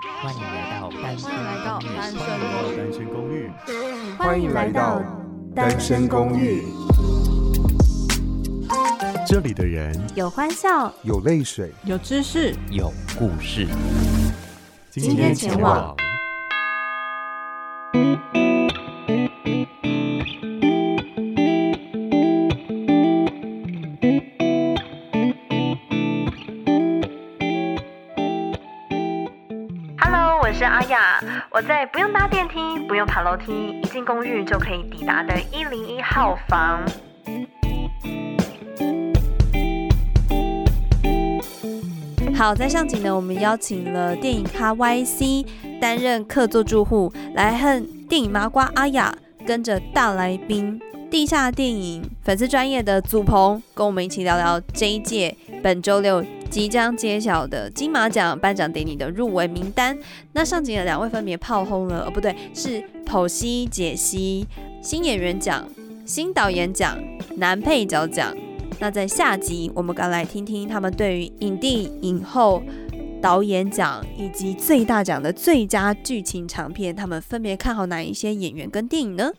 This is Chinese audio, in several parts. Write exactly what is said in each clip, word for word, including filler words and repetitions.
欢迎来到单身公寓。 欢迎来到单身公寓。 这里的人有欢笑， 有泪水， 有知识， 有故事。 今天前往。 我是阿雅，我在不用搭电梯、不用爬楼梯，一进公寓就可以抵达的一零一号房。 好，在上集呢，我们邀请了电影咖 Y C 担任客座住户，来和电影麻瓜阿雅跟着大来宾地下电影粉丝专业的祖鹏，跟我们一起聊聊这一届本周六即将揭晓的金马奖颁奖典礼的入围名单。那上集的两位分别炮轰了，哦不对，是剖析解析新演员奖、新导演奖、男配角奖。那在下集，我们刚来听听他们对于影帝、影后、导演奖以及最大奖的最佳剧情长片，他们分别看好哪一些演员跟电影呢？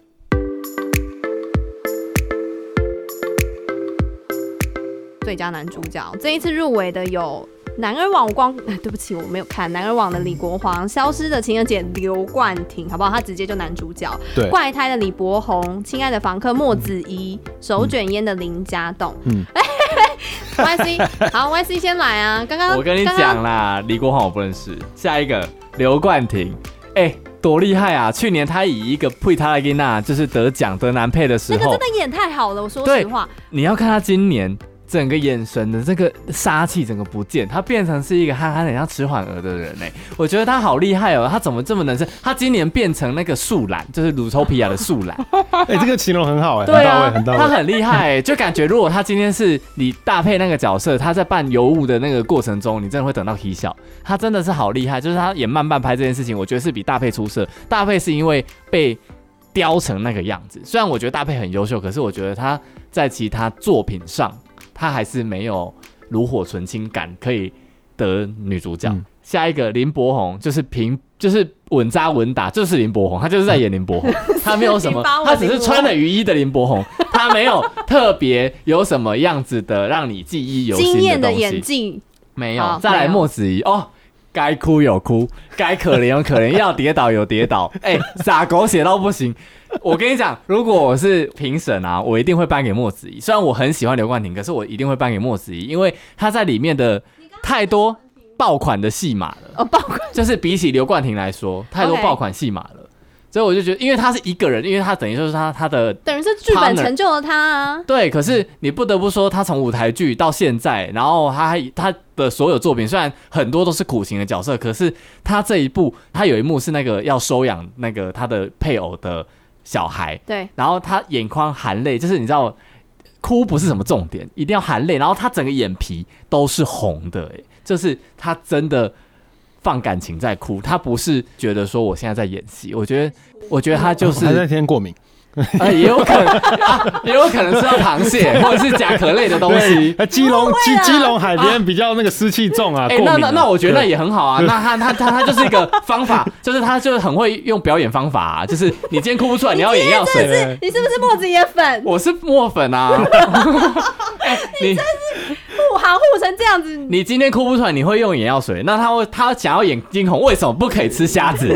最佳男主角这一次入围的有男儿网，我光对不起我没有看男儿网的李国煌，消失的情人节刘冠廷，好不好？他直接就男主角。 对， 怪胎的李柏宏，亲爱的房客莫子仪，手卷烟的林家栋。嗯，Y C 好 ，Y C 先来啊！刚刚我跟你讲啦，李国煌我不认识。下一个刘冠廷，哎、欸，多厉害啊！去年他以一个配他的囡仔就是得奖得男配的时候， 那个真的演太好了，我说实话。 你要看他今年。整个眼神的这个杀气整个不见，他变成是一个憨憨很像迟缓儿的人哎、欸，我觉得他好厉害哦，他怎么这么能生？他今年变成那个树懒，就是鲁托皮亚的树懒， 哎、欸，这个形容很好哎、欸， 对啊， 很到位， 他很厉害哎、欸，就感觉如果他今天是你搭配那个角色，他在扮尤物的那个过程中，你真的会等到啼笑，他真的是好厉害，就是他演慢半拍这件事情，我觉得是比大配出色，大配是因为被雕成那个样子，虽然我觉得大配很优秀，可是我觉得他在其他作品上。他还是没有炉火纯青感，可以得女主角。嗯、下一个林柏宏就是平，就是稳扎稳打，就是林柏宏，他就是在演林柏宏，他没有什么，他只是穿了雨衣的林柏宏，他没有特别有什么样子的让你记忆犹新的东西。 惊艳的演技没有。哦、再来莫子仪哦。该哭有哭，该可怜有可怜，要跌倒有跌倒，哎、欸，撒狗血到不行。我跟你讲，如果我是评审啊，我一定会颁给莫子仪。虽然我很喜欢刘冠廷，可是我一定会颁给莫子仪，因为他在里面的太多爆款的戏码了。 哦，爆款就是比起刘冠廷来说，太多爆款戏码了。Okay. 所以我就觉得，因为他是一个人，因为他等于就是他他的等于是剧本成就了他啊。 对，可是你不得不说，他从舞台剧到现在，然后他他的所有作品，虽然很多都是苦情的角色，可是他这一部，他有一幕是那个要收养那个他的配偶的小孩， 对， 然后他眼眶含泪，就是你知道，哭不是什么重点，一定要含泪，然后他整个眼皮都是红的，哎，就是他真的。放感情在哭，他不是觉得说我现在在演戏，我觉得，我觉得他就是还在天过敏， 呃，也有可能、啊，也有可能吃到螃蟹或者是甲壳类的东西。 基隆基基隆海边比较那个湿气重啊， 哎、欸，那那那我觉得那也很好啊。那他他他他就是一个方法，就是他就是很会用表演方法啊。就是你今天哭不出来，你要眼药水。 你是不是莫子仪的粉？ 我是墨粉啊。 欸、你真是护航护成这样子。 你今天哭不出来，你会用眼药水。那他会他想要眼睛红，为什么不可以吃虾子？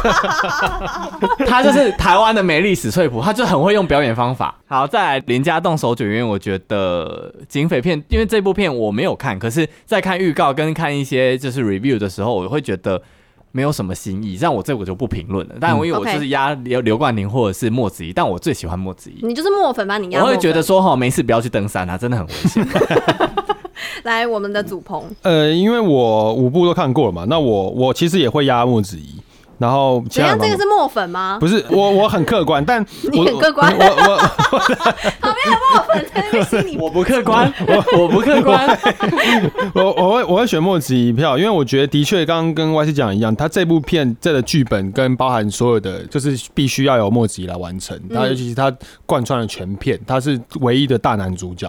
他就是台湾的梅丽史翠普，他就很会用表演方法。好，再来林家栋手卷烟，我觉得警匪片，因为这部片我没有看，可是在看预告跟看一些就是 review 的时候，我会觉得没有什么新意，让我这我就不评论了。但因为我就是压刘刘冠廷或者是莫子仪，但我最喜欢莫子仪。 你就是墨粉吧？你压墨粉。 我会觉得说哈，没事不要去登山啊，真的很危险。 来，我们的祖鹏， 呃，因为我五部都看过了嘛，那我我其实也会压莫子仪。然后， 怎样？这个是墨粉吗？ 不是，我我很客观，但你很客观。 我我旁边的墨粉在那边心里， 我不客观，我我不客观。 我我会我会选莫子仪一票，因为我觉得的确刚刚跟 Y C 讲一样，他这部片这个剧本跟包含所有的，就是必须要由莫子仪来完成。他、嗯、尤其是他贯穿了全片，他是唯一的大男主角。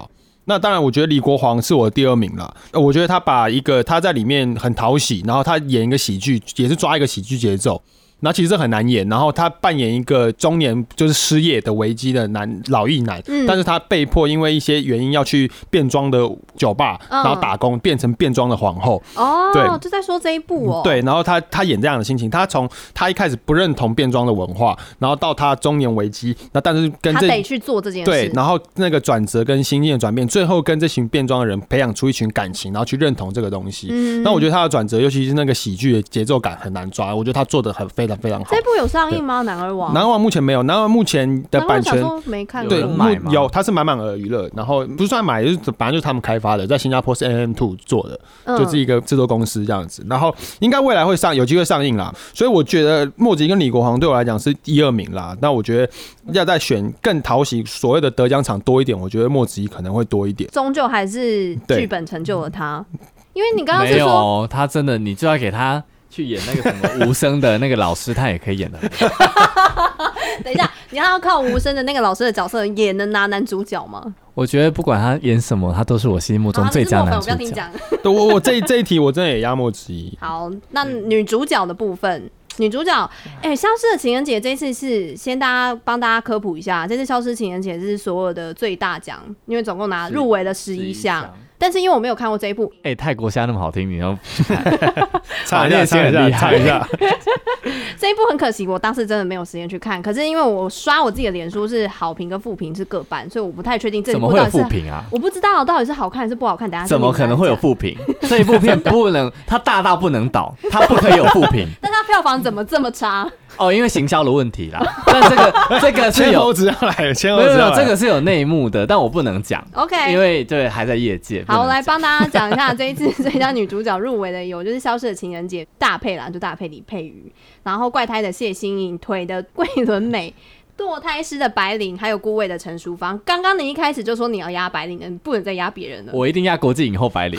那当然，我觉得李国煌是我的第二名啦。我觉得他把一个他在里面很讨喜，然后他演一个喜剧，也是抓一个喜剧节奏。然后其实这很难演，然后他扮演一个中年就是失业的危机的男老役男、嗯，但是他被迫因为一些原因要去变装的酒吧，嗯、然后打工变成变装的皇后。 哦， 对， 就在说这一部哦。 对，然后他他演这样的心情，他从他一开始不认同变装的文化，然后到他中年危机，那但是跟这他得去做这件事。 对，然后那个转折跟心境的转变，最后跟这群变装的人培养出一群感情，然后去认同这个东西。嗯，那我觉得他的转折，尤其是那个喜剧的节奏感很难抓，我觉得他做的很非常非常好。 这部有上映吗？男儿王？ 男儿王目前没有，男儿王目前的版权没看过。 对，有，它是满满额娱乐，然后不算买，就是本来就是他们开发的，在新加坡是 N M 二 做的，嗯、就是一个制作公司这样子。然后应该未来会上，有机会上映啦。所以我觉得莫子仪跟李国煌对我来讲是一二名啦。那我觉得要再选更讨喜所谓的得奖场多一点，我觉得莫子仪可能会多一点。 终究还是剧本成就了他，因为你刚刚是说没有他真的，你就要给他。去演那个什么无声的那个老师，他也可以演的。 等一下，你要靠无声的那个老师的角色也能拿男主角吗？ 我觉得不管他演什么，他都是我心目中最佳男主角。 我不要听讲。 对，我我这这一题我真的也压莫子仪。 好，那女主角的部分。女主角，哎、欸，消失的情人节这次是先大家帮大家科普一下，这次消失情人节是所有的最大奖，因为总共拿入围了十一项。但是因为我没有看过这一部， 哎、欸，泰国虾那么好听，你要唱一下，唱一下，唱一下。 这一部很可惜，我当时真的没有时间去看。可是因为我刷我自己的脸书是好评跟负评是各半，所以我不太确定这一部到底是怎么会有负评啊？ 我不知道到底是好看还是不好看。等一下怎么可能会有负评？这一部片不能，它大到不能倒，它不可以有负评。 但它票房怎么这么差？ 哦，因为行销的问题啦。但这个这个是有只要来，千后只要来， 这个是有内幕的，但我不能讲。 OK， 因为对还在业界。 好，我来帮大家讲一下这一次最佳女主角入围的有就是《消失的情人节》大配啦，就大配李佩瑜，然后怪胎的谢欣颖，腿的桂纶镁。堕胎师的白灵，还有孤味的陈淑芳。刚刚你一开始就说你要压白灵，你不能再压别人了。 我一定压国际影后白灵。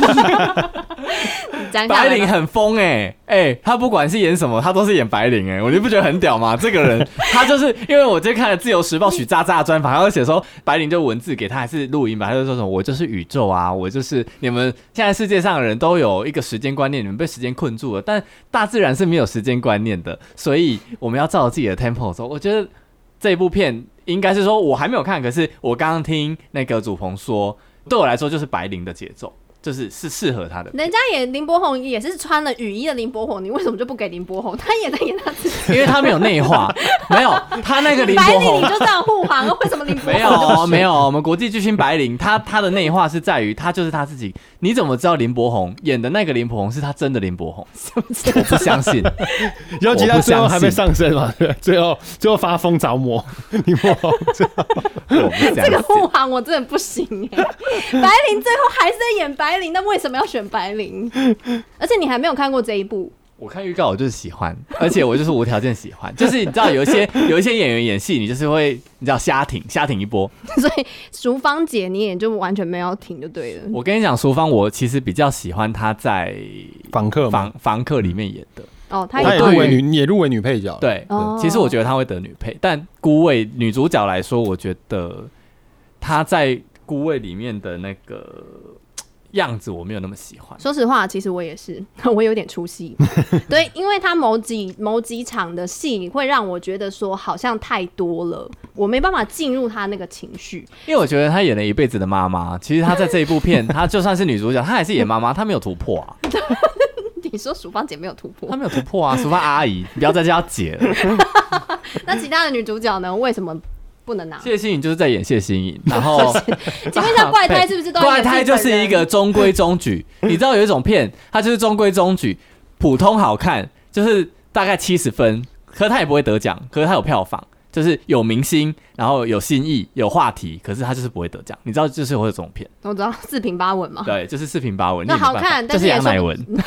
白灵很疯哎、欸、哎、欸，他不管是演什么，他都是演白灵哎、欸，我就不觉得很屌吗？这个人他就是因为我今天看了《自由时报》许渣渣的专访，他会写说白灵就文字给他还是录音吧，他就说什么我就是宇宙啊，我就是你们现在世界上的人都有一个时间观念，你们被时间困住了，但大自然是没有时间观念的，所以我们要照着自己的 tempo 走。我觉得。这一部片应该是说，我还没有看，可是我刚刚听那个祖鹏说，对我来说就是白灵的节奏，就是是适合他的。 人家演林柏宏也是穿了雨衣的林柏宏，你为什么就不给林柏宏？他也在演他自己， 因为他没有内化，没有他那个林柏宏， 白灵你就这样护航，为什么林柏宏没有没有？我们国际巨星白灵，他他的内化是在于他就是他自己。你怎么知道林柏宏演的那个林柏宏是他真的林柏宏？我不相信。 尤其他最后还被上身嘛，最后最后发疯着魔林柏宏。 我不相信这个护航我真的不行哎、欸。白灵最后还是在演白灵，那为什么要选白灵？而且你还没有看过这一部。 我看预告我就是喜欢，而且我就是无条件喜欢，就是你知道有一些有一些演员演戏，你就是会你知道瞎挺瞎挺一波。 所以淑芳姐你也就完全没有要挺就对了。 我跟你讲，淑芳我其实比较喜欢她在房客房房客里面演的。 哦，她也入围女也入围女配角。 对，哦、其实我觉得她会得女配，但孤味女主角来说，我觉得她在孤味里面的那个。样子我没有那么喜欢。 说实话，其实我也是，我有点出戏。对，因为他某几某几场的戏会让我觉得说好像太多了，我没办法进入他那个情绪。 因为我觉得他演了一辈子的妈妈，其实他在这一部片，他就算是女主角，他还是演妈妈，他没有突破啊。 你说淑芳姐没有突破， 她没有突破啊，淑芳阿姨，不要再叫她姐了。 那其他的女主角呢？为什么？不能拿。 谢欣颖就是在演谢欣颖，然后请问一下怪胎是不是都要演？ 怪胎就是一个中规中矩，你知道有一种片，它就是中规中矩，普通好看，就是大概七十分，可是它也不会得奖，可是它有票房，就是有明星，然后有新意，有话题，可是它就是不会得奖。你知道就是会有这种片， 我知道四平八稳嘛。 对，就是四平八稳。 那好看， 但是杨乃文。 你又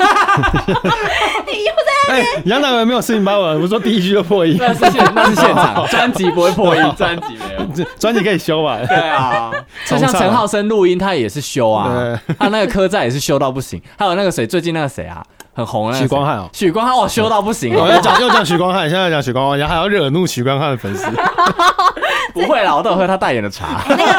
在那边， 杨乃文没有四平八稳，我说第一句就破亿， 那是现那是现场，专辑不会破亿，专辑没有， 专辑可以修嘛？ 对啊，就像陈浩生录音，他也是修啊，他那个科在也是修到不行，还有那个谁，最近那个谁啊。很红啊， 许光汉哦， 许光汉哇，修到不行哦！要讲又讲许光汉，现在讲许光汉，然后还要惹怒许光汉的粉丝。 不会啦，我都有喝他代言的茶。 那个他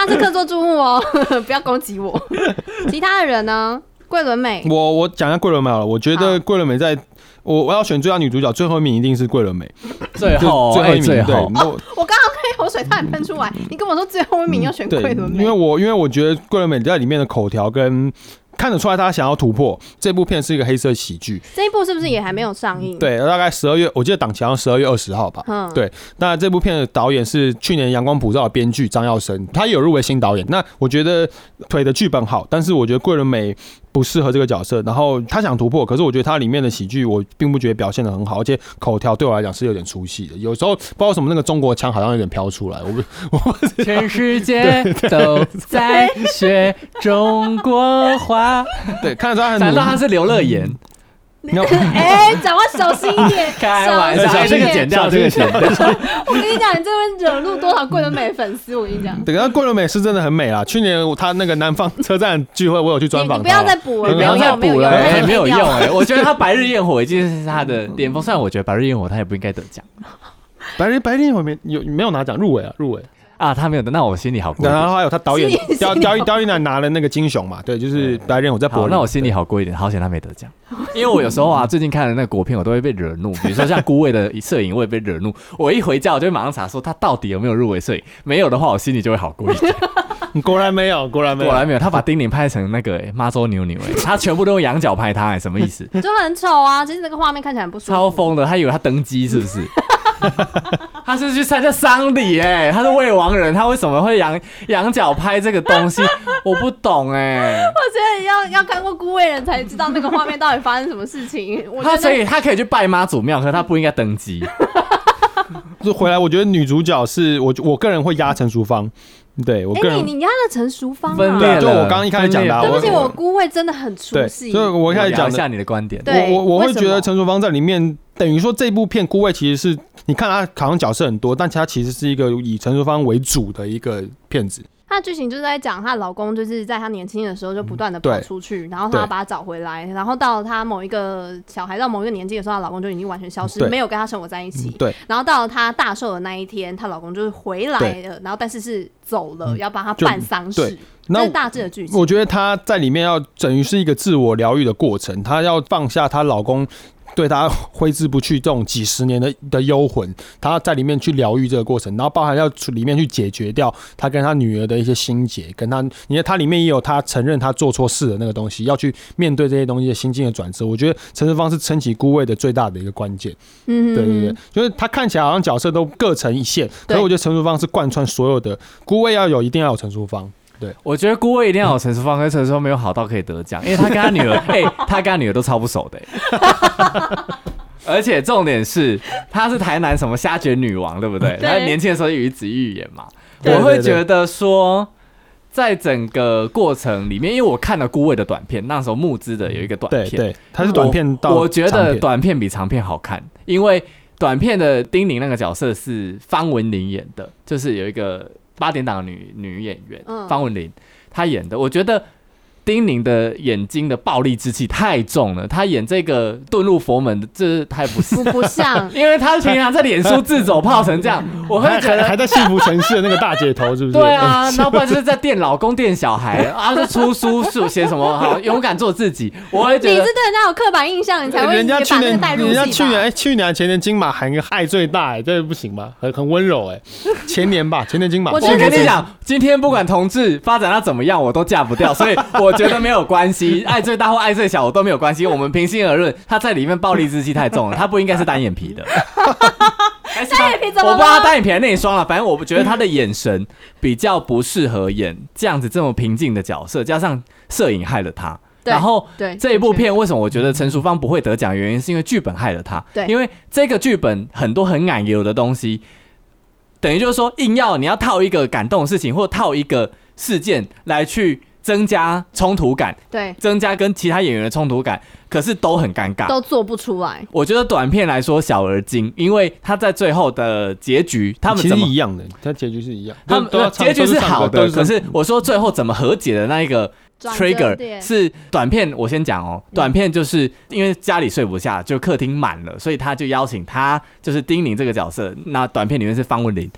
他是客座住户哦，不要攻击我。其他的人呢？桂纶鎂， 我我讲一下桂纶鎂好了。我觉得桂纶鎂在，我我要选最佳女主角，最后一名一定是桂纶鎂。 最后， 最后一名， 最对。 哦，我刚刚口水差点喷出来，你跟我说最后一名要选桂纶鎂， 因为我因为我觉得桂纶鎂在里面的口条跟。看得出来，他想要突破。这部片是一个黑色喜剧。 这一部是不是也还没有上映？ 对，大概十二月，我记得档期好像十二月二十号吧。嗯，对。那这部片的导演是去年《阳光普照》的编剧张耀升，他也有入围新导演。那我觉得腿的剧本好，但是我觉得桂纶鎂不适合这个角色。然后他想突破，可是我觉得他里面的喜剧我并不觉得表现得很好，而且口条对我来讲是有点出戏的。有时候不知道为什么那个中国腔好像有点飘出来。我不，我不全世界都在学中国话。 对。看得出他很努力。 难道他是刘乐言？ 哎，讲话小心一点。 开玩笑，这个剪掉，这个剪掉。 我跟你讲，你这边惹怒多少桂纶鎂粉丝？我跟你讲。 对，那桂纶鎂是真的很美啦。去年他那个南方车站聚会，我有去专访他。 你不要再补了， 不要再补了， 哎， 没有用哎。我觉得他《白日焰火》已经是他的巅峰，虽然我觉得《白日焰火》他也不应该得奖。 白日白日焰火没有没有拿奖，入围啊，入围。啊， 他没有的，那我心里好过一点。 然后还有他导演刁刁刁亦男拿了那个金熊嘛，对，就是白人我在柏林。 那我心里好过一点，好险他没得奖。因为我有时候啊，最近看的那个国片，我都会被惹怒。比如说像孤味的摄影，我也被惹怒。我一回家，我就会马上查说他到底有没有入围摄影，没有的话，我心里就会好过一点。 果然没有，果然没有， 果然没有。他把丁宁拍成那个妈祖牛牛，哎，他全部都用仰角拍他，哎，什么意思？ 就很丑啊！其实那个画面看起来很不舒服。 超疯的，他以为他登基是不是？他是去参加丧礼哎，他是未亡人，他为什么会仰仰角拍这个东西？我不懂哎。 我觉得要要看过孤味人才知道那个画面到底发生什么事情。 他所以他可以去拜妈祖庙，可是他不应该登基。 就回来，我觉得女主角是我我个人会压陈淑芳。对我个人， 欸、你你压了陈淑芳啊？ 对，就我刚刚一开始讲的、啊， 对不起，我孤味真的很出戏。 所以我一开始讲一下你的观点。 我我我会觉得陈淑芳在里面，等于说这部片孤味其实是你看她好像角色很多，但她其实是一个以陈淑芳为主的一个片子。 她的剧情就是在讲她老公就是在她年轻的时候就不断的跑出去，然后她要把他找回来，然后到她某一个小孩到某一个年纪的时候，她老公就已经完全消失，没有跟她生活在一起。 对。 然后到了她大寿的那一天，她老公就是回来了，然后但是是走了，要帮她办丧事。这是大致的剧情。 我觉得她在里面要等于是一个自我疗愈的过程，她要放下她老公对她挥之不去这种几十年的的幽魂，她在里面去疗愈这个过程，然后包含要里面去解决掉她跟她女儿的一些心结，跟她，因为她里面也有她承认她做错事的那个东西，要去面对这些东西的心境的转折。我觉得陈淑芳是撑起孤味的最大的一个关键。嗯，对对对，就是她看起来好像角色都各成一线，可是我觉得陈淑芳是贯穿所有的，孤味要有一定要有陈淑芳。对， 我觉得孤味一定要有陈淑芳，可是陈淑芳没有好到可以得奖，因为他跟他女儿，哎、欸，他跟他女儿都超不熟的、欸，而且重点是她是台南什么虾卷女王，对不对？她年轻的时候有一子预言嘛，我会觉得说，在整个过程里面，因为我看了孤味的短片，那时候募资的有一个短片， 对对，它是短片到我，我觉得短片比长片好看，因为短片的丁宁那个角色是方文琳演的，就是有一个。八点档的女女演员、嗯、方文琳，她演的，我觉得丁宁的眼睛的暴力之气太重了。她演这个遁入佛门的，这太不是不像， 因为她平常在脸书自走炮成这样，我会觉得还在幸福城市的那个大姐头，是不是？ 对啊，要不然就是在电老公、电小孩啊，是出书写什么好勇敢做自己，我会觉得你是对人家有刻板印象，你才会人家去年带入人家去年去年前年金马喊个爱最大、欸，这不行吗？很很温柔哎、欸，前年吧，前年金马。 我跟你讲，今天不管同志发展到怎么样，我都嫁不掉，所以我觉得没有关系，爱最大或爱最小我都没有关系。我们平心而论，他在里面暴力之气太重了，他不应该是单眼皮的。 单眼皮怎么了？ 我不知道他单眼皮还是内双了，反正我觉得他的眼神比较不适合演这样子这么平静的角色，加上摄影害了他。然后这一部片为什么我觉得陈淑芳不会得奖？原因是因为剧本害了他。因为这个剧本很多很奶油的东西，等于就是说硬要你要套一个感动的事情，或套一个事件来去增加冲突感， 对， 增加跟其他演员的冲突感，可是都很尴尬， 都做不出来。 我觉得短片来说小而精，因为他在最后的结局，他们怎么其实一样的，他结局是一样， 他们结局是好的，可是我说最后怎么和解的那一个 trigger 是短片。我先讲哦，短片就是因为家里睡不下，就客厅满了，所以他就邀请他，就是丁宁这个角色。那短片里面是方文琳。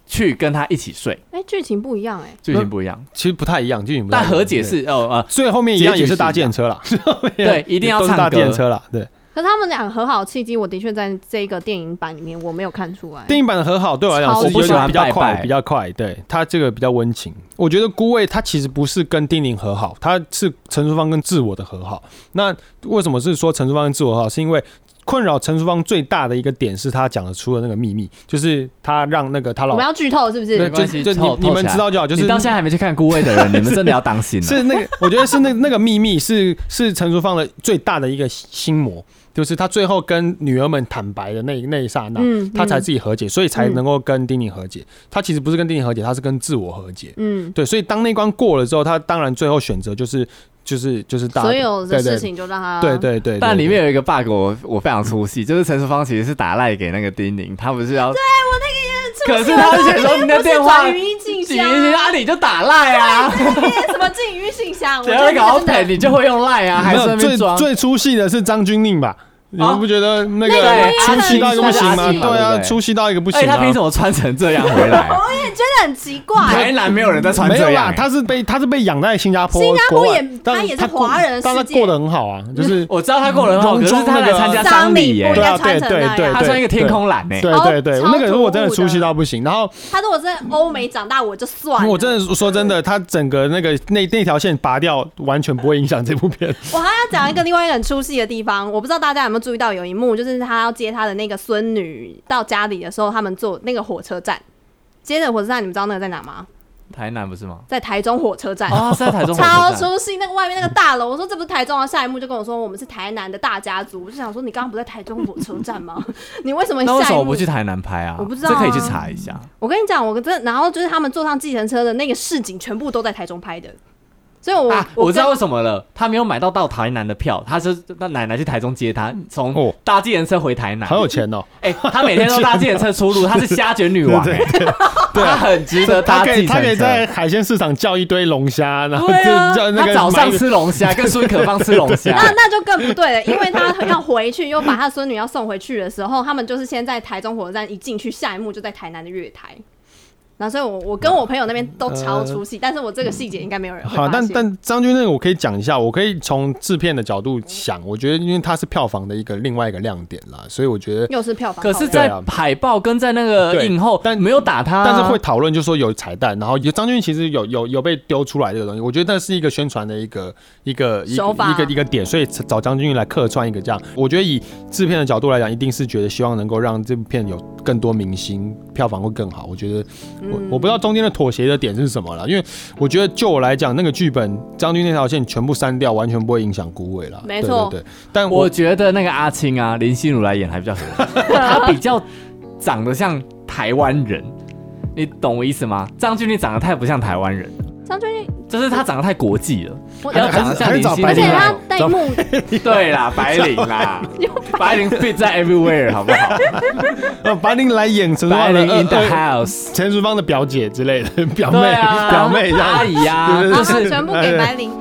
去跟他一起睡。 哎，剧情不一样哎， 剧情不一样， 其实不太一样，剧情不太一样。 但和解是哦呃， 所以后面一样也是搭计程车啦。 对，一定要唱歌， 都是搭计程车啦，对。 可是他们俩和好契机，我的确在这个电影版里面我没有看出来。 电影版的和好对我来讲是有点比较快，比较快，对他这个比较温情。我觉得孤味他其实不是跟丁宁和好，他是陈淑芳跟自我的和好。那为什么是说陈淑芳跟自我和好？是因为困扰陈淑芳最大的一个点是他讲得出的那个秘密，就是他让那个他老我们要剧透是不是？ 没关系，就你你们知道就好。就是你到现在还没去看孤味的人，你们真的要当心了。 是那个，我觉得是那那个秘密是是陈淑芳的最大的一个心魔。就是他最后跟女儿们坦白的那那一刹那，嗯、他才自己和解，所以才能够跟丁宁和解。他其实不是跟丁宁和解，他是跟自我和解。嗯，对，所以当那关过了之后，他当然最后选择就是就是就是大所有的事情就让他对对 对, 对, 对。 但里面有一个 bug， 我我非常出戏，就是陈淑芳其实是打赖给那个丁宁，他不是要对我那个也很出戏， 可是他写说你的电话语音信箱， 语音信箱你就打赖啊， 什么进语音信箱， 只要搞到你就会用赖啊，还是最最出戏的是张钧甯吧？你们不觉得那个出戏到一个不行吗？对啊，出戏到一个不行、啊。 哎，他凭什么穿成这样回来？ 我也觉得很奇怪。 台南没有人在穿这样、欸， 没有啦，他是被他是被养在新加坡， 新加坡也他也是华人世界， 但他过得很好啊，就是我知道他过得很好，可是他来参加丧礼耶， 对啊，对对对， 他穿一个天空蓝诶， 对对对，那个如果真的出戏到不行，然后他如果在欧美长大，我就算了。 我真的说真的，他整个那个那那条线拔掉，完全不会影响这部片。 我还要讲一个另外一个很出戏的地方，我不知道大家有没有注意到，有一幕就是。就是他要接他的那个孙女到家里的时候，他们坐那个火车站，接着火车站，你们知道那个在哪吗？ 台南不是吗？ 在台中火车站啊，在台中火车站，超出戏。那个外面那个大楼，我说这不是台中啊，下一幕就跟我说我们是台南的大家族，我就想说你刚刚不在台中火车站吗？你为什么下一幕？ 那为什么不去台南拍啊？ 我不知道、啊， 这可以去查一下。 我跟你讲，我真然后就是他们坐上计程车的那个市景，全部都在台中拍的。所以我、 啊、我知道为什么了，他没有买到到台南的票，他是那奶奶去台中接他，从搭计程车回台南， 好有钱哦！ 哎、欸，他每天都搭计程车出入，他是虾卷女王哎、欸，对，他很值得搭计程车。 他可以在海鲜市场叫一堆龙虾，然后就叫那个、 啊、他早上吃龙虾，跟孙可芳吃龙虾， 那那就更不对了，因为他要回去，又把他孙女要送回去的时候，他们就是先在台中火车站一进去，下一幕就在台南的月台。然后所以我，我我跟我朋友那边都超出戏、呃，但是我这个细节应该没有人会发现。 好，但但张钧那个我可以讲一下，我可以从制片的角度想，我觉得因为它是票房的一个另外一个亮点啦，所以我觉得又是票房。 可是，在海报跟在那个映后，但没有打他、啊， 但是会讨论，就说有彩蛋，然后有张钧其实有有有被丢出来这个东西，我觉得那是一个宣传的一个一个一个一个一个点，所以找张钧来客串一个这样，我觉得以制片的角度来讲，一定是觉得希望能够让这部片有更多明星，票房会更好。我觉得我、嗯、我不知道中间。妥协的点是什么啦？因为我觉得就我来讲，那个剧本张钧那条线全部删掉，完全不会影响孤味啦。 没错， 对对对。但我, 我觉得那个阿青啊，林心如来演还比较合适，他比较长得像台湾人，你懂我意思吗？张钧你长得太不像台湾人。 张钧就是他长得太国际了， 要长得像林心如， 而且他戴目， 对啦，白灵啦，白灵 fit 在 everywhere 好不好？ 白灵来演陈淑芳的 in the house， 陈淑芳的表姐之类的，表妹、 啊、 表妹阿姨呀， 就是全部给白灵。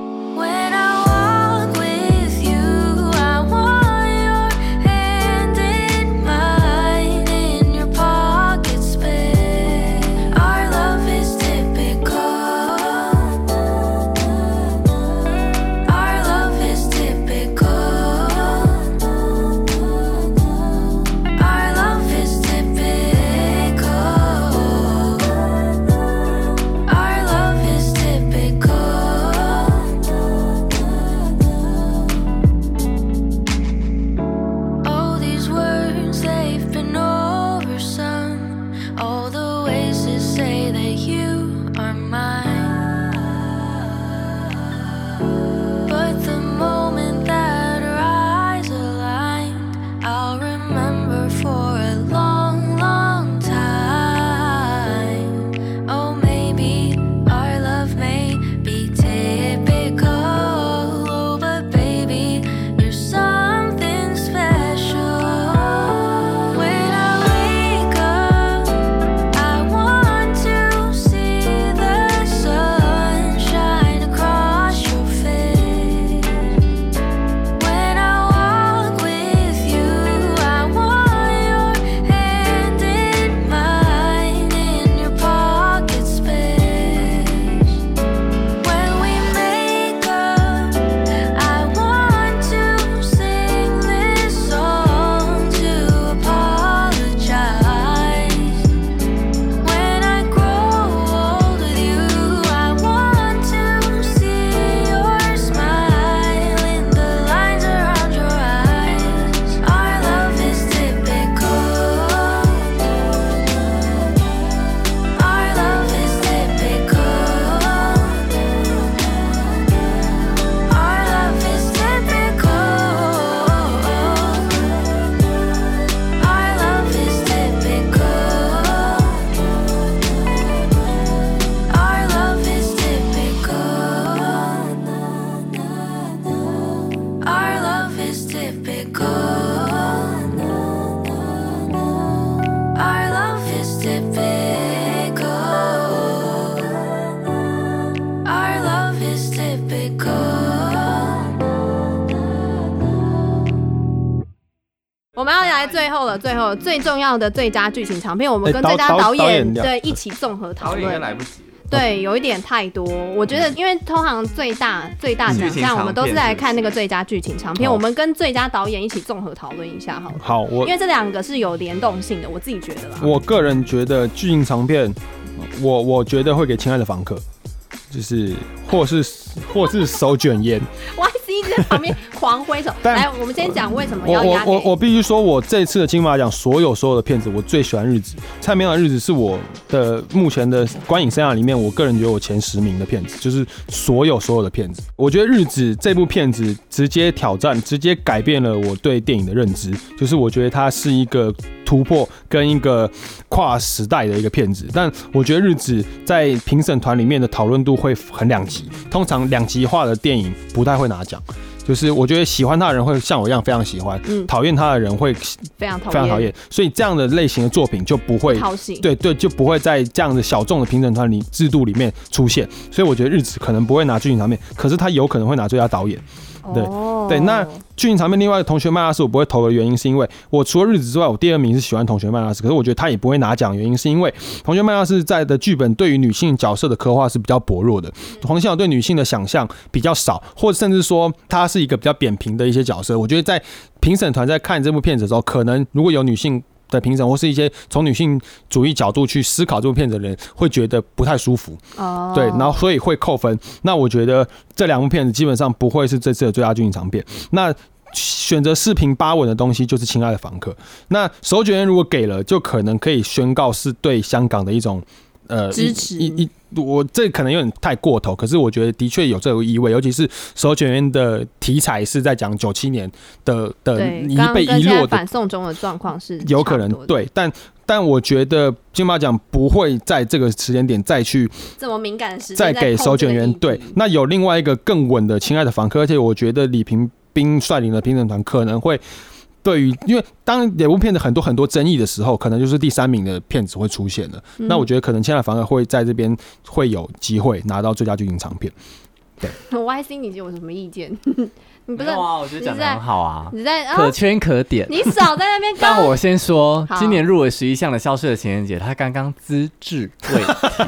我们要来最后了，最后了最重要的最佳剧情长片，我们跟最佳导导演导对一起综合讨导演应该论。 来不及。 对，有一点太多。我觉得，因为通常最大最大奖项，我们都是来看那个最佳剧情长片，我们跟最佳导演一起综合讨论一下好了。 好，我因为这两个是有联动性的，我自己觉得啦。 我个人觉得剧情长片，我我觉得会给《亲爱的房客》，就是或是或是手卷烟。 Y C 一直在旁边狂挥手。来，我们先讲为什么要压给。 我我我必须说，我这次的金马奖所有所有的片子，我最喜欢《日子》。蔡明亮的《日子》是我的目前的观影生涯里面，我个人觉得我前十名的片子，就是所有所有的片子。我觉得《日子》这部片子直接挑战，直接改变了我对电影的认知，就是我觉得它是一个突破跟一个跨时代的一个片子。但我觉得《日子》在评审团里面的讨论度会很两极，通常两极化的电影不太会拿奖。就是我觉得喜欢他的人会像我一样非常喜欢，讨厌、嗯、他的人会非常讨厌， 非常讨厌。所以这样的类型的作品就不会讨喜， 对对，就不会在这样的小众的评审团里制度里面出现。所以我觉得日子可能不会拿剧情长片，可是他有可能会拿最佳导演。对、哦、对，那剧情长片另外一个同学麦拉斯我不会投的原因是因为我除了日子之外，我第二名是喜欢同学麦拉斯，可是我觉得他也不会拿奖，原因是因为同学麦拉斯在的剧本对于女性角色的刻画是比较薄弱的，黄信尧对女性的想象比较少，或者甚至说他是一个比较扁平的一些角色。我觉得在评审团在看这部片子的时候，可能如果有女性的评审或是一些从女性主义角度去思考这部片子的人，会觉得不太舒服。哦，对，然后所以会扣分。那我觉得这两部片子基本上不会是这次的最佳剧情长片。那选择四平八稳的东西就是《亲爱的房客》。那手卷烟如果给了，就可能可以宣告是对香港的一种呃支持。 一一我这可能有点太过头，可是我觉得的确有这个意味，尤其是手卷烟的题材是在讲九七年的的遗被遗落的反送中的状况是有可能对，但但我觉得金马奖不会在这个时间点再去这么敏感的时间再给手卷烟。对，那有另外一个更稳的《亲爱的房客》，而且我觉得李平斌率领的评审团可能会。对于，因为当有部片子很多很多争议的时候，可能就是第三名的片子会出现了。嗯、那我觉得可能《亲爱的房客》会在这边会有机会拿到最佳剧情长片。对 ，Y C 你有什么意见？你不是没有啊？我觉得讲得很好啊， 你在、啊、 可圈可点。 你少在那边。 但我先说，今年入围十一项的《消失的情人节》，他刚刚资质未提。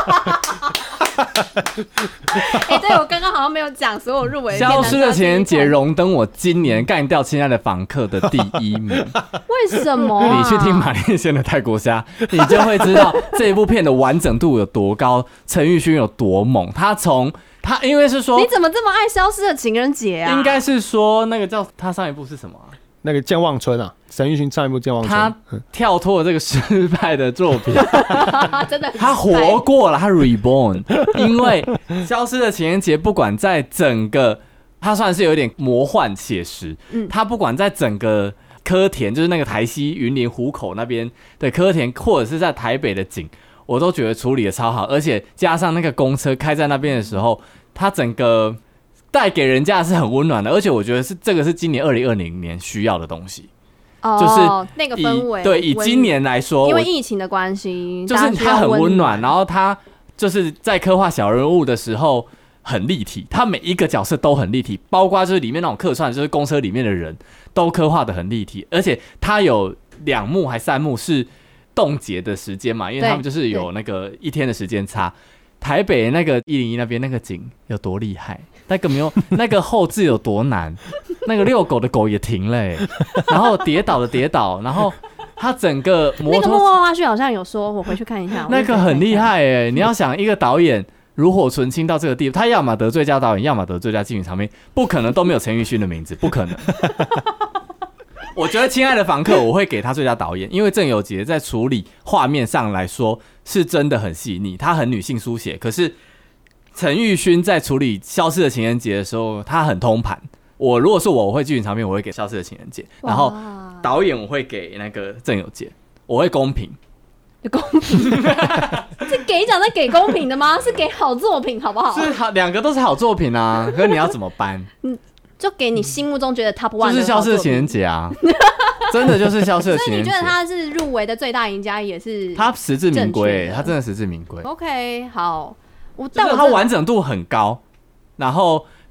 哎、欸，对，我刚刚好像没有讲所有入围。 消失的情人节荣登我今年干掉《亲爱的房客》的第一名。 为什么、啊？ 你去听马念先的泰国虾，你就会知道这一部片的完整度有多高，陈玉勋有多猛。他从他因为是说， 你怎么这么爱《消失的情人节》啊？ 应该是说那个叫他上一部是什么、啊？ 那个健忘村啊，沈玉勋上一部健忘村， 他跳脱了这个失败的作品， 真的， 他活过了，他 reborn。因为《消失的情人节》不管在整个，他算是有点魔幻写实，嗯，他不管在整个柯田，就是那个台西云林湖口那边的柯田，或者是在台北的景，我都觉得处理的超好，而且加上那个公车开在那边的时候，他整个。带给人家是很温暖的，而且我觉得是这个是今年二零二零年需要的东西， 哦、就是那个氛围。 对，以今年来说， 因为疫情的关系， 就是它很温暖，然后它就是在刻画小人物的时候很立体，它每一个角色都很立体，包括就是里面那种客串，就是公车里面的人都刻画的很立体，而且它有两幕还三幕是冻结的时间嘛，因为他们就是有那个一天的时间差。台北那个一零一那边那个景有多厉害，那个没有那个后置有多难，那个遛狗的狗也停了、欸，然后跌倒的跌倒，然后他整个摩托那个幕后花絮好像有说，我回去看一下。 那个很厉害哎、欸，你要想一个导演炉火纯青到这个地步，他要么得最佳导演，要么得最佳剧情长片，不可能都没有陈玉勋的名字，不可能。我觉得《亲爱的房客》我会给他最佳导演，因为郑有杰在处理画面上来说是真的很细腻，他很女性书写。可是陈玉勋在处理《消失的情人节》的时候，他很通盘。我如果是我，我会剧情长片，我会给《消失的情人节》，然后导演我会给那个郑有杰，我会公平。 公平？是给奖再给公平的吗？是给好作品好不好？ 是好，两个都是好作品啊。可是你要怎么搬？嗯。 就给你心目中觉得 top one 的就是消失的情人节啊，真的就是消失的情人节。 所以你觉得他是入围的最大赢家，也是他实至名归，他真的实至名归。 OK， 好，我但他完整度很高，然后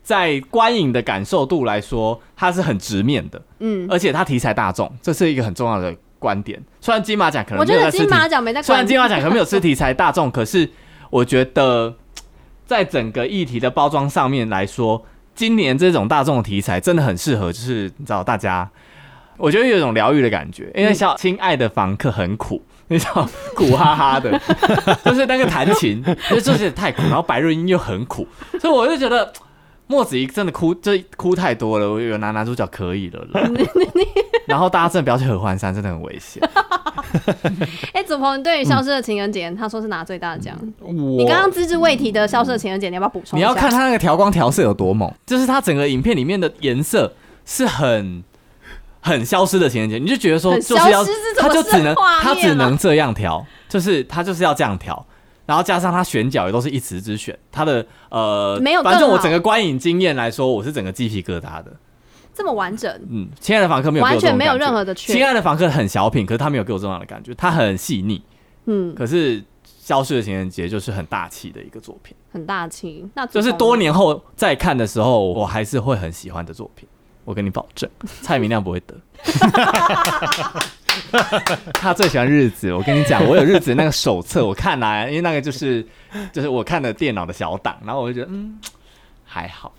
在观影的感受度来说，它是很直面的，嗯，而且它题材大众，这是一个很重要的观点。虽然金马奖可能没有在吃题， 我觉得金马奖没在管， 虽然金马奖可能没有吃题材大众，可是我觉得在整个议题的包装上面来说，今年这种大众的题材真的很适合，就是你知道大家，我觉得有一种疗愈的感觉，因为像《亲爱的房客》很苦。你知道苦哈哈的，就是那个弹琴，就就是太苦，然后白润英又很苦，所以我就觉得莫子仪真的哭，就哭太多了，我有拿男主角可以了啦然后大家真的不要去合欢山，真的很危险。 哎、欸，祖鹏对于消失的情人节、嗯，他说是拿最大的奖。你刚刚只字未提的消失的情人节，你要不要补充一下？ 你要看他那个调光调色有多猛，就是他整个影片里面的颜色是很。很消失的情人节，你就觉得说就是要，他就只能他只能这样调，就是他就是要这样调，然后加上他选角也都是一词之选，他的呃， 没有更好， 反正我整个观影经验来说，我是整个鸡皮疙瘩的， 这么完整。 嗯，亲爱的房客没有给我完全没有任何的缺。 亲爱的房客很小品，可是他没有给我这样的感觉，他很细腻。嗯，可是消失的情人节就是很大气的一个作品， 很大气。那就是多年后再看的时候，我还是会很喜欢的作品。我跟你保证，蔡明亮不会得。他最喜欢日子，我跟你讲，我有日子那个手册，我看来、啊，因为那个就是就是我看的电脑的小档，然后我就觉得嗯还好。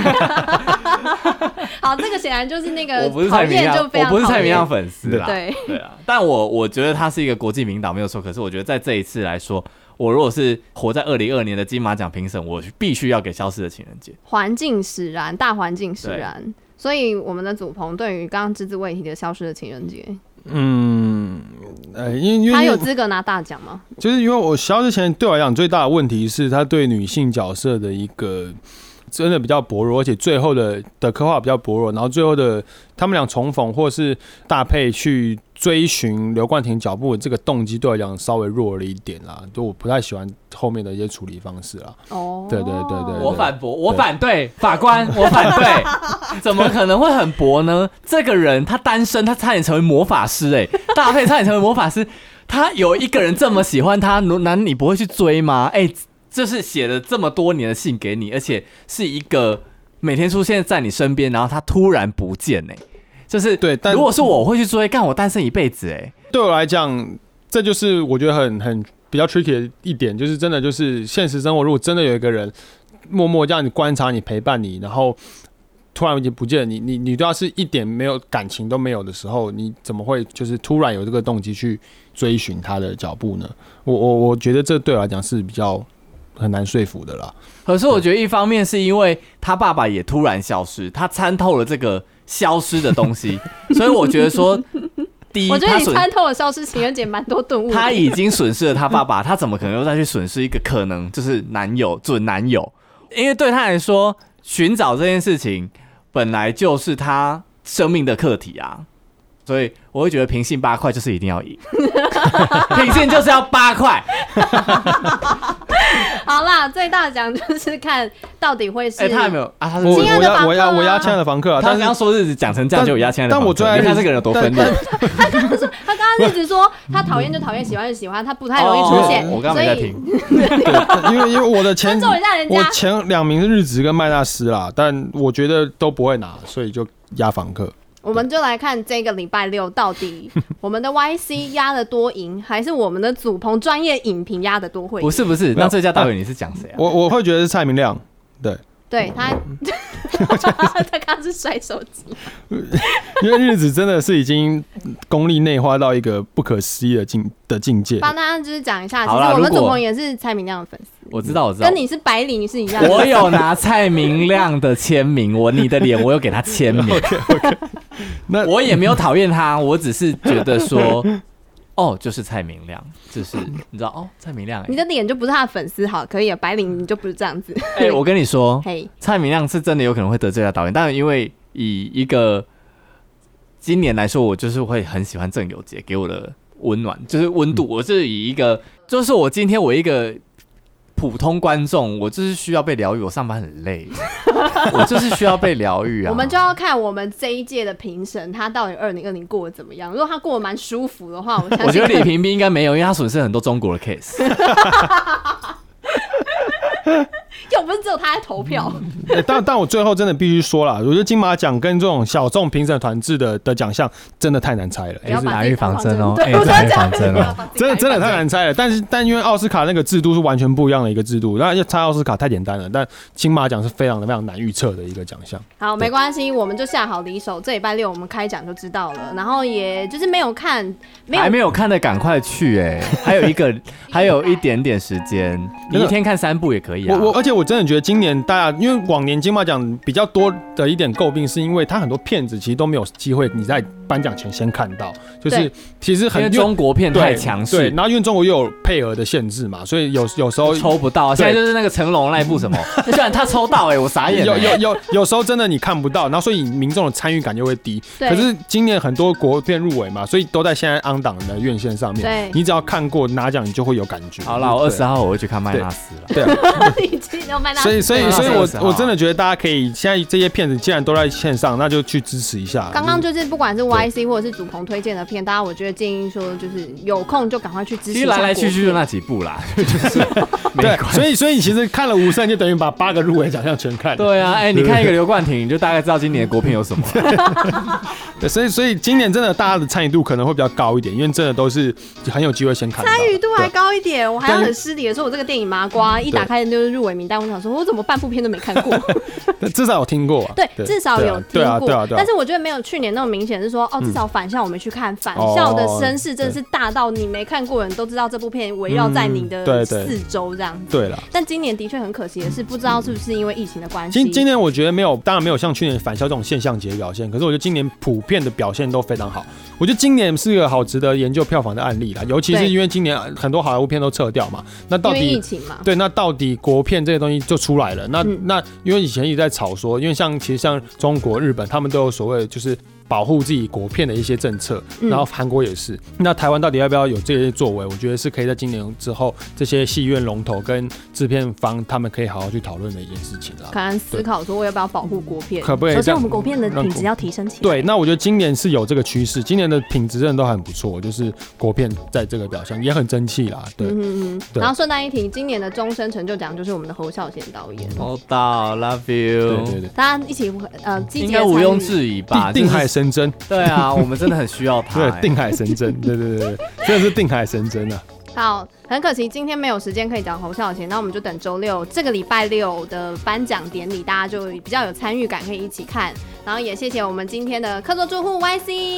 好，这个显然就是那个我不是蔡明亮， 就非常我不是蔡明亮粉丝啦， 对对啊，但我我觉得他是一个国际名导没有错，可是我觉得在这一次来说。我如果是活在二零二二年的金马奖评审，我必须要给消失的情人节。 环境使然，大环境使然，所以我们的祖鹏对于刚刚只字未提的消失的情人节， 嗯，呃，因为他有资格拿大奖吗？ 就是因为我消失前对我来讲最大的问题是他对女性角色的一个真的比较薄弱，而且最后的的刻画比较薄弱，然后最后的他们俩重逢或是搭配去追寻刘冠廷脚步的这个动机，对我来讲稍微弱了一点啦，就我不太喜欢后面的一些处理方式啦。哦，对对对 对, 对， 我反驳，我反对，法官，我反对，怎么可能会很薄呢？这个人他单身，他差点成为魔法师、欸，哎，搭配差点成为魔法师，他有一个人这么喜欢他，难你不会去追吗？哎、欸。就是写了这么多年的信给你，而且是一个每天出现在你身边，然后他突然不见哎、欸，就是对。但如果是我，我会去追，干我单身一辈子哎、欸。 对我来讲，这就是我觉得很很比较 tricky 的一点，就是真的就是现实生活，如果真的有一个人默默让你观察你、陪伴你，然后突然已经不见了，你你你对他是一点没有感情都没有的时候，你怎么会就是突然有这个动机去追寻他的脚步呢？我我我觉得这对我来讲是比较。很难说服的啦。 可是我觉得一方面是因为他爸爸也突然消失，他参透了这个消失的东西，所以我觉得说，第一， 我觉得你参透了消失情人节蛮多顿悟。 他已经损失了他爸爸，他怎么可能又再去损失一个可能就是男友准男友？因为对他来说，寻找这件事情本来就是他生命的课题啊。所以我会觉得平信八块就是一定要赢，平信就是要八块。 好啦，最大奖就是看到底会是。 哎、欸，他还没有啊？他是亲爱的房客、啊，我压我压亲爱的房客、啊。 他刚刚说日子讲成这样就有压亲爱的房客。但我最爱你看这个人有多分裂。 他刚刚说，他刚刚日子说他讨厌就讨厌，喜欢就喜欢，他不太容易出现。 哦、我刚刚没在听。 因为因为我的前我前两名是日子跟麦纳斯啦，但我觉得都不会拿，所以就压房客。 我们就来看这个礼拜六到底我们的 Y C 压的多赢，还是我们的祖鹏专业影评压的多会赢？ 不是不是，那最佳导演你是讲谁啊？ 我我会觉得是蔡明亮，对， 对他，他刚刚是摔手机， 因为日子真的是已经功力内化到一个不可思议的境的境界。 帮大家就是讲一下，其实我们祖鹏也是蔡明亮的粉丝。 我知道，我知道， 跟你是白领是一样的。 我有拿蔡明亮的签名，我你的脸我有给他签名。 OK OK， 那我也没有讨厌他，我只是觉得说，哦，就是蔡明亮，就是你知道哦，蔡明亮、欸， 你的脸就不是他的粉丝，好，可以了，白领你就不是这样子。 哎、欸，我跟你说， 嘿， 蔡明亮是真的有可能会得最佳导演，但因为以一个今年来说，我就是会很喜欢郑有杰给我的温暖，就是温度，嗯、我是以一个，就是我今天我一个。普通观众，我就是需要被疗愈，我上班很累，我就是需要被疗愈啊。 我们就要看我们这一届的评审，他到底二零二零过得怎么样。如果他过得蛮舒服的话，我相信我觉得李屏蔽应该没有，因为他损失很多中国的 case。 又不是只有他在投票。 欸、但但我最后真的必须说啦，我觉得金马奖跟这种小众评审团制的的奖项真的太难猜了。 哎、欸，是打预防针哦， 哎， 是打预防针哦， 真的真的太难猜了。但是但因为奥斯卡那个制度是完全不一样的一个制度，那猜奥斯卡太简单了，但金马奖是非常的非常难预测的一个奖项。 好，没关系，我们就下好离手，这礼拜六我们开奖就知道了。然后也就是没有看，没有还没有看的赶快去哎、欸，还有一个还有一点点时间，你一天看三部也可以啊。 我我而且我真的觉得今年大家，因为往年金马奖比较多的一点诟病，是因为它很多片子其实都没有机会你在颁奖前先看到，就是其实很因为中国片太强势， 对，然后因为中国又有配额的限制嘛，所以有有时候抽不到。现在就是那个成龙那一部什么，居然他抽到哎、欸，我傻眼、欸。 有有有有时候真的你看不到，然后所以民众的参与感就会低。可是今年很多国片入围嘛，所以都在现在昂档的院线上面。 对， 你只要看过拿奖，你就会有感觉。 好啦，我二十号我会去看麦纳斯了。 对啊， 已经有麦纳斯。 所以所以所以我我真的觉得大家可以现在这些片子既然都在线上，那就去支持一下。 刚刚就是不管是 Y C 或者是主鹏推荐的片，大家我觉得建议说就是有空就赶快去支持一下。 其实来来去去就那几部啦，就是对，所以所以其实看了无声就等于把八个入围奖项全看了。 对啊，哎、欸，你看一个刘冠廷，你就大概知道今年的国片有什么了。 对，所以所以今年真的大家的参与度可能会比较高一点，因为真的都是很有机会先看到。 参与度还高一点，我还要很失礼的说，我这个电影麻瓜一打开就是入围名单，我想说我怎么半部片都没看过。 至少有听过、啊。 对，至少有听过。 对啊，对啊，对啊。 但是我觉得没有去年那么明显，是说哦，至少返校我没去看，返校的声势真的是大到你没看过的人都知道这部片围绕在你的四周这样子。 对了。 但今年的确很可惜的是，不知道是不是因为疫情的关系。 今今年我觉得没有，当然没有像去年返校这种现象级的表现，可是我觉得今年普遍的表现都非常好。我觉得今年是个好值得研究票房的案例啦，尤其是因为今年很多好莱坞片都撤掉嘛，那到底因为疫情嘛， 对，那到底国片这些东西就出来了。那、嗯、那因为以前一直在吵说，因为像其实像中国、日本，他们都有所谓就是保护自己国片的一些政策，然后韩国也是。那台湾到底要不要有这些作为？我觉得是可以在今年之后，这些戏院龙头跟制片方他们可以好好去讨论的一件事情啦。 可能思考说我要不要保护国片， 可不可以？ 首先我们国片的品质要提升起来。 对，那我觉得今年是有这个趋势，今年的品质真的都很不错，就是国片在这个表现也很争气啦。对， 嗯嗯。然后顺带一提，今年的终身成就奖就是我们的侯孝贤导演。 欧导 ，Love you。 对对对， 大家一起呃积极应该毋庸置疑吧？ 定海神针。 对啊。啊，我们真的很需要他、欸。 对，定海神针，对对对，真的是定海神针啊！ 好，很可惜今天没有时间可以讲侯孝贤，那我们就等周六这个礼拜六的颁奖典礼，大家就比较有参与感，可以一起看。然后也谢谢我们今天的客座住户 Y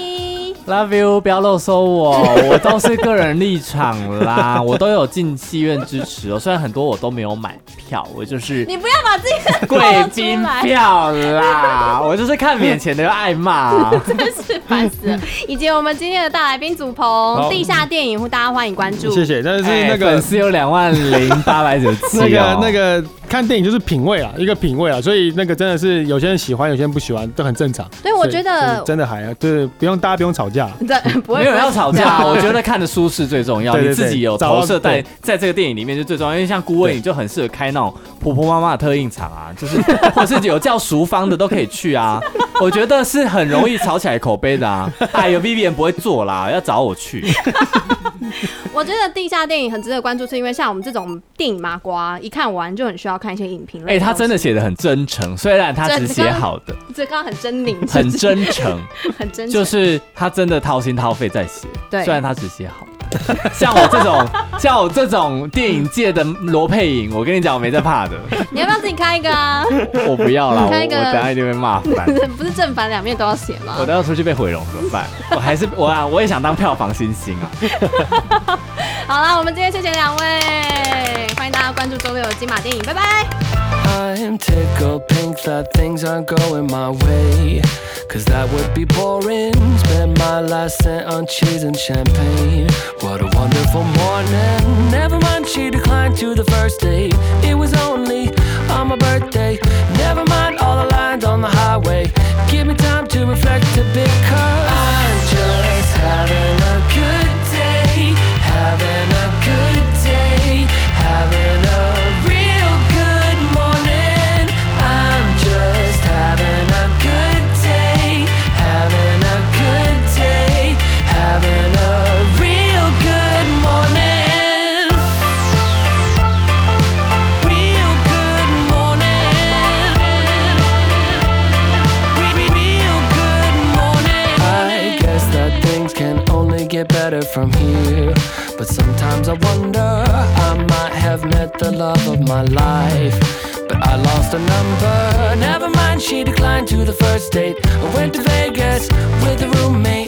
C。Love you， 不要漏收我，我都是个人立场啦，我都有进戏院支持哦。虽然很多我都没有买票，我就是你不要把自己的贵宾票啦，我就是看免钱的爱骂， 真是烦死了。以及我们今天的大来宾祖鹏，地下电影，大家欢迎关注。 谢谢，但是那个、 欸、粉丝有两万零八百九十七， 那个那个看电影就是品味啊，一个品味啊，所以那个真的是有些人喜欢，有些人不喜欢，都很正常。 对，我觉得真的还对，不用大家不用吵架， 对，不会没有要吵架，我觉得看的舒适最重要， 对对对， 你自己有投射在在这个电影里面就最重要。因为像孤味，你就很适合开那种婆婆妈妈的特映场啊，就是或是有叫淑芳的都可以去啊。我觉得是很容易吵起来口碑的啊。哎呦 ，Vivian 不会做啦，要找我去。 我觉得地下电影很值得关注，是因为像我们这种电影麻瓜，一看完就很需要看一些影评类。 哎、欸，他真的写的很真诚，虽然他只写好的， 这刚刚很狰狞， 很真诚， 很真诚， 就是他真的掏心掏肺在写。 对， 虽然他只写好。像我这种，像我这种电影界的罗佩颖，我跟你讲，我没在怕的。 你要不要自己开一个啊？ 我不要啦， 开一个， 我, 我等下一定被骂翻。 不是正反两面都要写吗？ 我都要出去被毁容怎么办？我还是我啊，我也想当票房新星啊。 好啦，我们今天谢谢两位，欢迎大家关注周六的金马电影，拜拜。 I'm tickled pink that things aren't going my way, cause that would be boring. Spend my last cent on cheese and champagne. What a wonderful morning. Never mind, she declined to the first date. It was only on my birthday. Never mind all the lines on the highway. Give me time to reflect a bit, cause I'm just having a good day. Having a good day. Having a real good morning. I'm just having a good day. Having a good day. Having a real good morning. Real good get better from here. But sometimes I wonder, I might have met the love of my life, but I lost a number. Never mind, she declined to the first date. I went to Vegas with a roommate.